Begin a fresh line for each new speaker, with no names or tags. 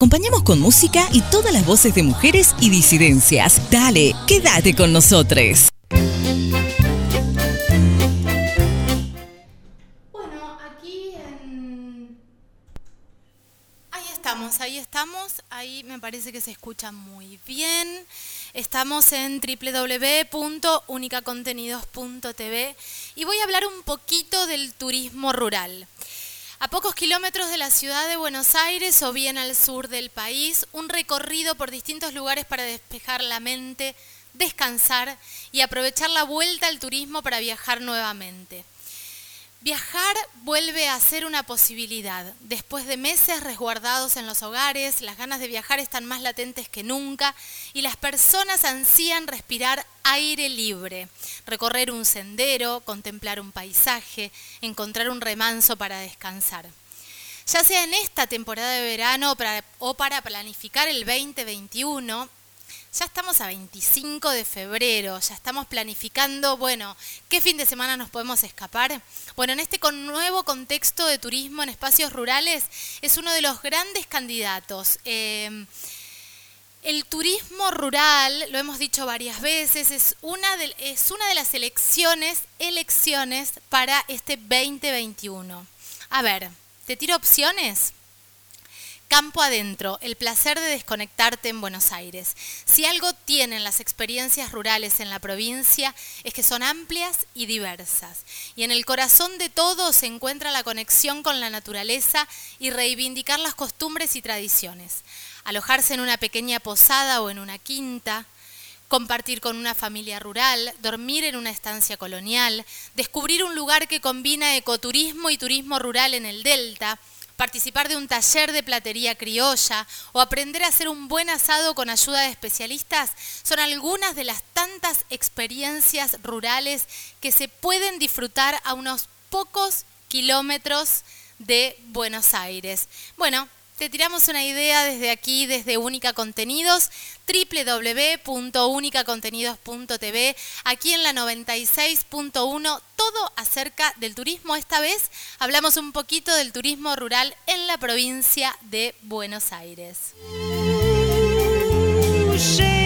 acompañamos con música y todas las voces de mujeres y disidencias. Dale, quédate con nosotros.
Bueno, ahí estamos, ahí me parece que se escucha muy bien. Estamos en www.unicacontenidos.tv y voy a hablar un poquito del turismo rural. A pocos kilómetros de la ciudad de Buenos Aires o bien al sur del país, un recorrido por distintos lugares para despejar la mente, descansar y aprovechar la vuelta al turismo para viajar nuevamente. Viajar vuelve a ser una posibilidad. Después de meses resguardados en los hogares, las ganas de viajar están más latentes que nunca y las personas ansían respirar aire libre, recorrer un sendero, contemplar un paisaje, encontrar un remanso para descansar. Ya sea en esta temporada de verano o para planificar el 2021, ya estamos a 25 de febrero, ya estamos planificando, ¿qué fin de semana nos podemos escapar? Bueno, en este nuevo contexto de turismo en espacios rurales es uno de los grandes candidatos. El turismo rural, lo hemos dicho varias veces, es una de las elecciones para este 2021. A ver, ¿te tiro opciones? Campo adentro, el placer de desconectarte en Buenos Aires. Si algo tienen las experiencias rurales en la provincia es que son amplias y diversas. Y en el corazón de todo se encuentra la conexión con la naturaleza y reivindicar las costumbres y tradiciones. Alojarse en una pequeña posada o en una quinta, compartir con una familia rural, dormir en una estancia colonial, descubrir un lugar que combina ecoturismo y turismo rural en el delta, participar de un taller de platería criolla o aprender a hacer un buen asado con ayuda de especialistas son algunas de las tantas experiencias rurales que se pueden disfrutar a unos pocos kilómetros de Buenos Aires. Bueno, te tiramos una idea desde aquí, desde Única Contenidos, www.unicacontenidos.tv, aquí en la 96.1, todo acerca del turismo. Esta vez hablamos un poquito del turismo rural en la provincia de Buenos Aires.